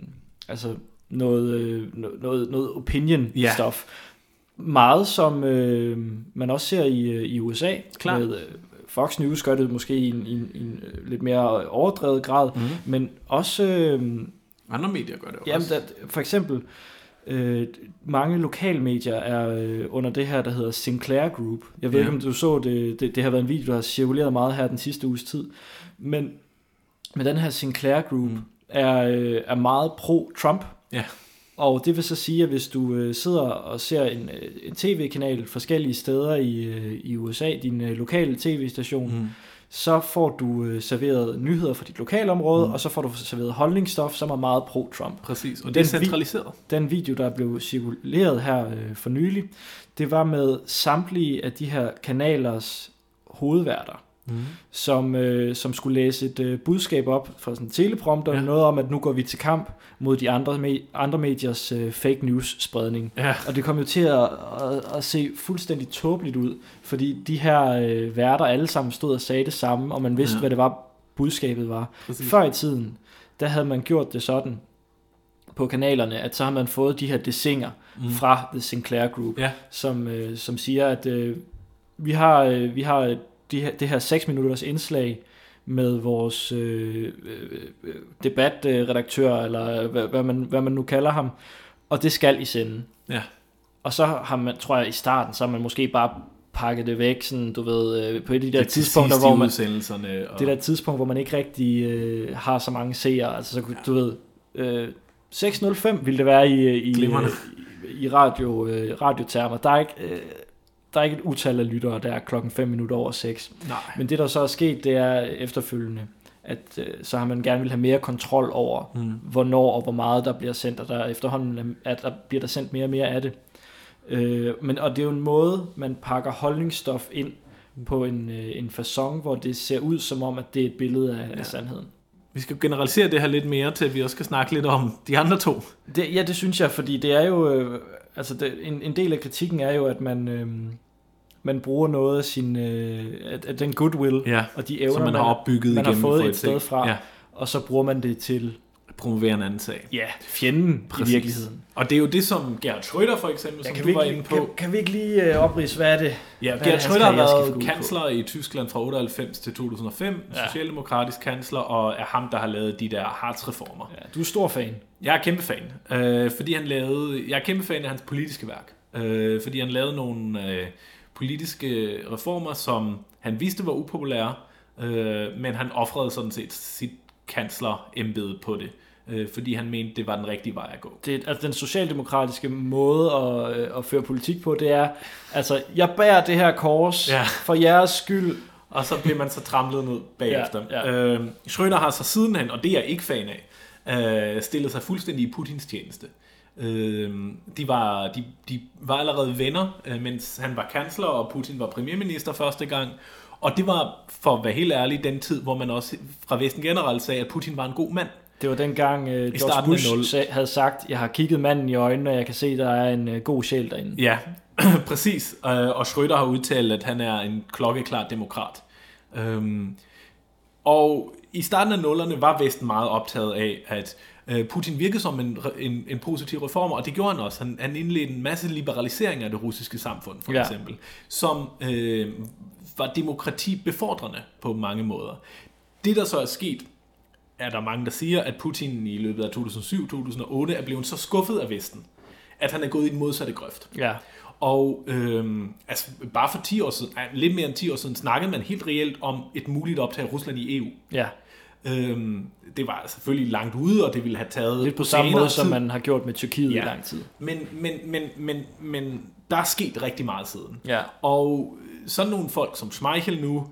noget opinion-stof. Meget som man også ser i USA. Klar. Med Fox News gør det måske i en lidt mere overdrevet grad, men også andre medier gør det også. For eksempel mange lokalmedier er under det her, der hedder Sinclair Group. Jeg ved ikke, om du så det. Det har været en video, der har cirkuleret meget her den sidste uges tid. Men den her Sinclair Group er meget pro-Trump. Ja. Og det vil så sige, at hvis du sidder og ser en tv-kanal forskellige steder i USA, din lokale tv-station, så får du serveret nyheder fra dit lokalområde, og så får du serveret holdningsstof, som er meget pro-Trump. Præcis, og det er centraliseret. Den video, der blev cirkuleret her for nylig, det var med samtlige af de her kanalers hovedværter, som skulle læse et budskab op fra sådan en teleprompter, noget om, at nu går vi til kamp mod de andre mediers fake news spredning. Ja. Og det kom jo til at se fuldstændig tåbeligt ud, fordi de her værter alle sammen stod og sagde det samme, og man vidste, hvad det var, budskabet var. Præcis. Før i tiden, der havde man gjort det sådan på kanalerne, at så har man fået de her desinger fra The Sinclair Group, som siger, at vi har det her 6 minutters indslag med vores debatredaktør, eller hvad man nu kalder ham, og det skal I sende. Ja. Og så har man, tror jeg i starten, så har man måske bare pakket det væk, sådan, du ved, på et af de der tidspunkter, hvor man, det der tidspunkt, hvor man ikke rigtig har så mange seere, altså så du ved, 6:05 ville det være i radiotermer. Der er ikke et utal af lyttere, der er 5:05. Nej. Men det, der så er sket, det er efterfølgende, at så har man gerne vil have mere kontrol over, hvornår og hvor meget der bliver sendt, og der efterhånden at der bliver der sendt mere og mere af det. Og det er jo en måde, man pakker holdningsstof ind på en facon, hvor det ser ud som om, at det er et billede af sandheden. Vi skal generalisere det her lidt mere, til at vi også skal snakke lidt om de andre to. Det synes jeg, fordi det er jo... en del af kritikken er jo, at man bruger noget af sin... at den goodwill og de evner, som man har opbygget man har fået et sted fra, og så bruger man det til... promovere en anden sag. Ja, fjenden i virkeligheden. Og det er jo det, som Gerhard Schröder for eksempel, som du var inde på. Kan vi ikke lige opridse, hvad er det? Ja, Gerhard Schröder har været kansler i Tyskland fra 98 til 2005, socialdemokratisk kansler, og er ham, der har lavet de der Hartz-reformer. Ja, du er stor fan. Jeg er kæmpe fan, jeg er kæmpe fan af hans politiske værk, fordi han lavede nogle politiske reformer, som han vidste var upopulære, men han ofrede sådan set sit kanslerembede på det, fordi han mente, det var den rigtige vej at gå. Den socialdemokratiske måde at føre politik på, det er, altså, jeg bærer det her kors for jeres skyld. Og så bliver man så tramlet ned bagefter. Ja. Schröder har så sidenhen, og det er jeg ikke fan af, stillet sig fuldstændig i Putins tjeneste. De var allerede venner, mens han var kansler, og Putin var premierminister første gang. Og det var, for at være helt ærlig, den tid, hvor man også fra Vesten generelt sagde, at Putin var en god mand. Det var dengang George Bush havde sagt, jeg har kigget manden i øjnene, og jeg kan se, at der er en god sjæl derinde. Ja, præcis. Og Schröder har udtalt, at han er en klokkeklar demokrat. Og i starten af 00'erne var Vesten meget optaget af, at Putin virkede som en positiv reformer, og det gjorde han også. Han indledte en masse liberalisering af det russiske samfund, for eksempel, som var demokratibefordrende på mange måder. Det, der så er sket, er der mange, der siger, at Putin i løbet af 2007-2008 er blevet så skuffet af Vesten, at han er gået i den modsatte grøft. Ja. Og bare for 10 år siden, lidt mere end 10 år siden, snakkede man helt reelt om et muligt optag af Rusland i EU. Ja. Det var selvfølgelig langt ude, og det ville have taget... Lidt på samme måde, som man har gjort med Tyrkiet i lang tid. Men der er sket rigtig meget siden. Ja. Og sådan nogle folk som Schmeichel nu,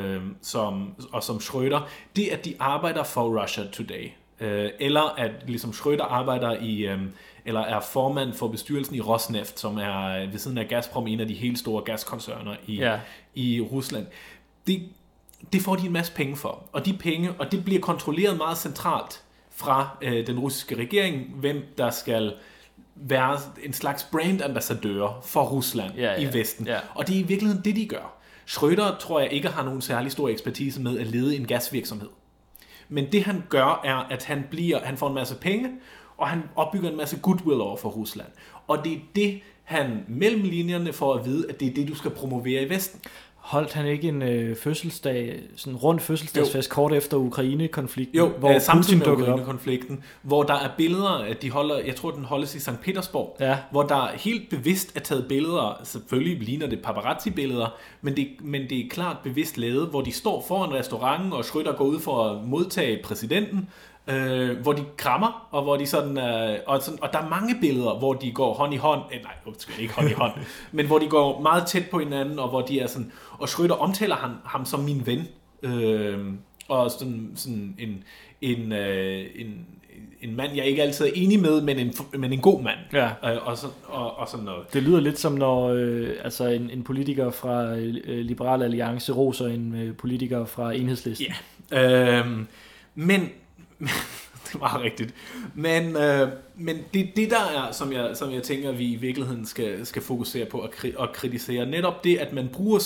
og som Schröder, det at de arbejder for Russia Today, eller at ligesom Schröder arbejder i, eller er formand for bestyrelsen i Rosneft, som er ved siden af Gazprom en af de helt store gaskoncerner i Rusland. Det får de en masse penge for, og de penge, og det bliver kontrolleret meget centralt fra den russiske regering, hvem der skal være en slags brandambassadør for Rusland i Vesten. Ja. Og det er i virkeligheden det, de gør. Schröder tror jeg ikke har nogen særlig stor ekspertise med at lede en gasvirksomhed. Men det han gør, er, at han får en masse penge, og han opbygger en masse goodwill over for Rusland. Og det er det, han mellem linjerne får at vide, at det er det, du skal promovere i Vesten. Holdt han ikke en fødselsdag, sådan en rund fødselsdagsfest kort efter Ukraine-konflikten? Jo, hvor samtidig med Ukraine-konflikten, hvor der er billeder, at de holder, jeg tror, den holdes i St. Petersborg, hvor der helt bevidst er taget billeder, selvfølgelig ligner det paparazzi-billeder, men det er klart bevidst lavet, hvor de står foran restauranten, og Schröder går ud for at modtage præsidenten, hvor de krammer, og hvor de sådan, og der er mange billeder, hvor de går hånd i hånd, ikke hånd i hånd, men hvor de går meget tæt på hinanden, og hvor de er sådan, og Schröder omtaler ham som min ven, og sådan en mand, jeg ikke altid er enig med, men en god mand. Ja. Og sådan noget. Det lyder lidt som når en politiker fra Liberal Alliance roser en politiker fra Enhedslisten. Ja, men det var rigtigt. Men det der er, som jeg tænker, vi i virkeligheden skal fokusere på at kritisere, netop det, at man bruger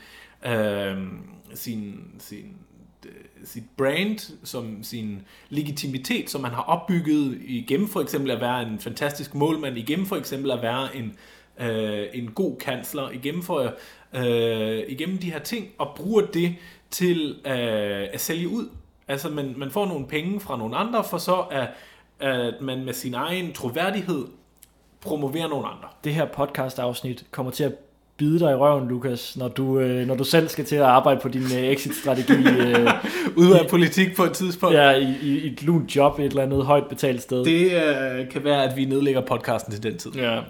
sit brand, som sin legitimitet, som man har opbygget igennem for eksempel at være en fantastisk målmand, igennem for eksempel at være en god kansler, igennem de her ting, og bruger det til at sælge ud. Altså man får nogle penge fra nogle andre, for så at man med sin egen troværdighed promoverer nogle andre. Det her podcast-afsnit kommer til at bide dig i røven, Lukas, når du selv skal til at arbejde på din exit-strategi. Ud af politik på et tidspunkt. Ja, i et lunt job et eller andet højt betalt sted. Det kan være, at vi nedlægger podcasten til den tid. Ja.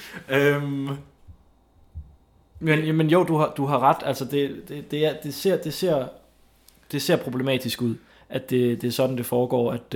Men jo, du har ret. Altså, det ser problematisk ud, at det er sådan, det foregår. At,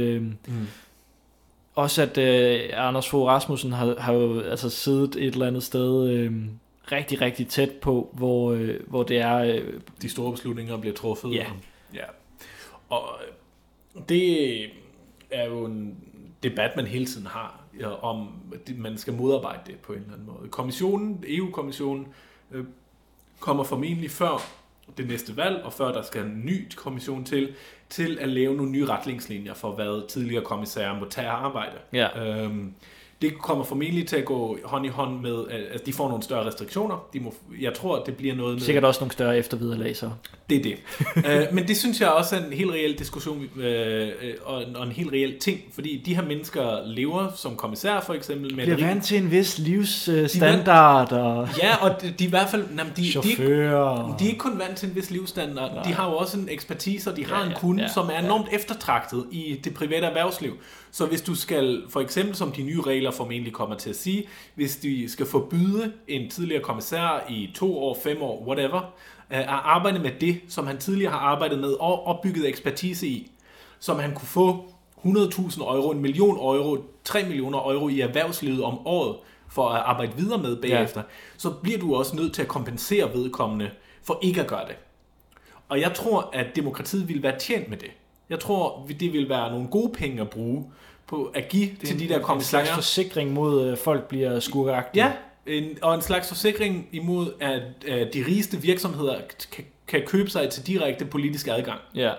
også at Anders Fogh Rasmussen har jo altså siddet et eller andet sted rigtig, rigtig tæt på, hvor det er... de store beslutninger bliver truffet. Ja. Ja. Og det er jo en debat, man hele tiden har, om man skal modarbejde det på en eller anden måde. EU-kommissionen kommer formentlig før det næste valg, og før der skal en ny kommission til at lave nogle nye retningslinjer for, hvad tidligere kommissærer må tage arbejde. Ja. Det kommer formentlig til at gå hånd i hånd med, at de får nogle større restriktioner. Jeg tror, det bliver noget med... Sikkert også nogle større eftervederlag, så. Det er det. Men det synes jeg også er en helt reel diskussion og en helt reel ting, fordi de her mennesker lever som kommissær for eksempel. De bliver vant til en vis livsstandard. Ja, og de i hvert fald... Chauffører. De er ikke kun vant til en vis livsstandard. Nej. De har jo også en ekspertise, og de har en kunde, som er enormt eftertragtet i det private erhvervsliv. Så hvis du skal, for eksempel som de nye regler formentlig kommer til at sige, hvis de skal forbyde en tidligere kommissær i 2 år, 5 år, whatever, at arbejde med det, som han tidligere har arbejdet med og opbygget ekspertise i, som han kunne få 100.000 euro, 1 million euro, 3 millioner euro i erhvervslivet om året for at arbejde videre med bagefter, så bliver du også nødt til at kompensere vedkommende for ikke at gøre det. Og jeg tror, at demokratiet vil være tjent med det. Jeg tror, det vil være nogle gode penge at bruge på at give til de der kommissærer. En slags forsikring mod, at folk bliver skurkeagtige. Ja, og en slags forsikring imod, at de rigeste virksomheder kan købe sig til direkte politisk adgang. Ja.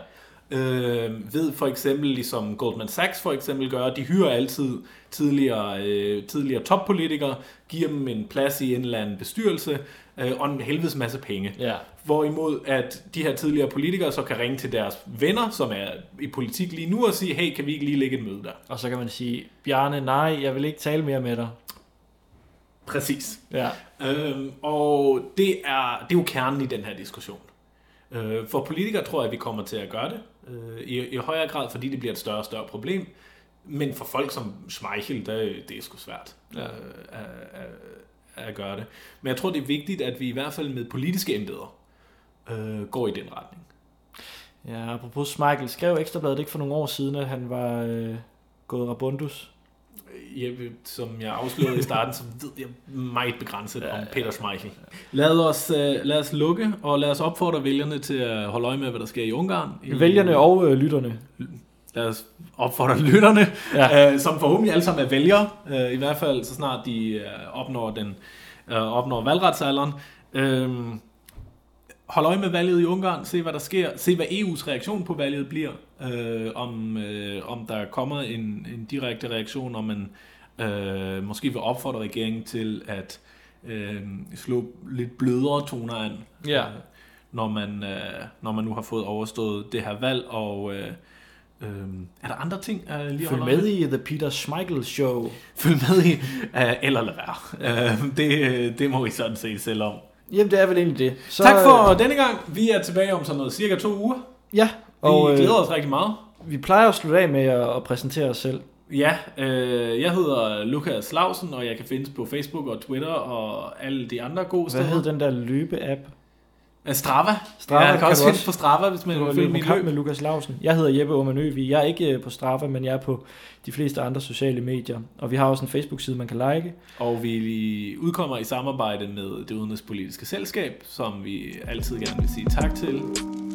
Ved for eksempel, ligesom Goldman Sachs for eksempel gør, de hyrer altid tidligere toppolitikere, giver dem en plads i en eller anden bestyrelse, og en helvedes masse penge. Ja. Hvorimod at de her tidligere politikere så kan ringe til deres venner, som er i politik lige nu, og sige, hey, kan vi ikke lige lægge et møde der? Og så kan man sige, Bjarne, nej, jeg vil ikke tale mere med dig. Præcis. Ja. Og det er jo kernen i den her diskussion. For politikere tror jeg, at vi kommer til at gøre det i højere grad, fordi det bliver et større og større problem. Men for folk som Schmeichel, det er sgu svært at gøre det. Men jeg tror, det er vigtigt, at vi i hvert fald med politiske embeder går i den retning. Ja, apropos Schmeichel, skrev Ekstrabladet ikke for nogle år siden, at han var gået rabundus? Som jeg afslørede i starten, så ved jeg meget begrænset om Peter Schmeichel. Lad os lukke, og lad os opfordre vælgerne til at holde øje med, hvad der sker i Ungarn. Vælgerne og lytterne. Lad os opfordre lytterne, som forhåbentlig alle sammen er vælgere, i hvert fald så snart de opnår valgretsalderen. Hold øje med valget i Ungarn, se hvad der sker, se hvad EU's reaktion på valget bliver, om der kommer en direkte reaktion, om man måske vil opfordre regeringen til at slå lidt blødere toner an, når man nu har fået overstået det her valg, og er der andre ting? Følg med i The Peter Schmeichel Show. Følg med i, eller lad være. Det må I sådan se selv om. Jamen, det er vel egentlig det. Så, tak for denne gang. Vi er tilbage om sådan noget cirka 2 uger. Ja. Og vi glæder os rigtig meget. Vi plejer at slutte af med at præsentere os selv. Ja, jeg hedder Lukas Lausen, og jeg kan findes på Facebook og Twitter og alle de andre gode steder. Hvad hedder den der løbe-app? Strava. Jeg kan også findes på Strava, hvis man vil følge min løb. Med Lukas Lausen. Jeg hedder Jeppe Omanøvi. Jeg er ikke på Strava, men jeg er på de fleste andre sociale medier. Og vi har også en Facebook-side, man kan like. Og vi udkommer i samarbejde med Det Udenrigspolitiske Selskab, som vi altid gerne vil sige tak til.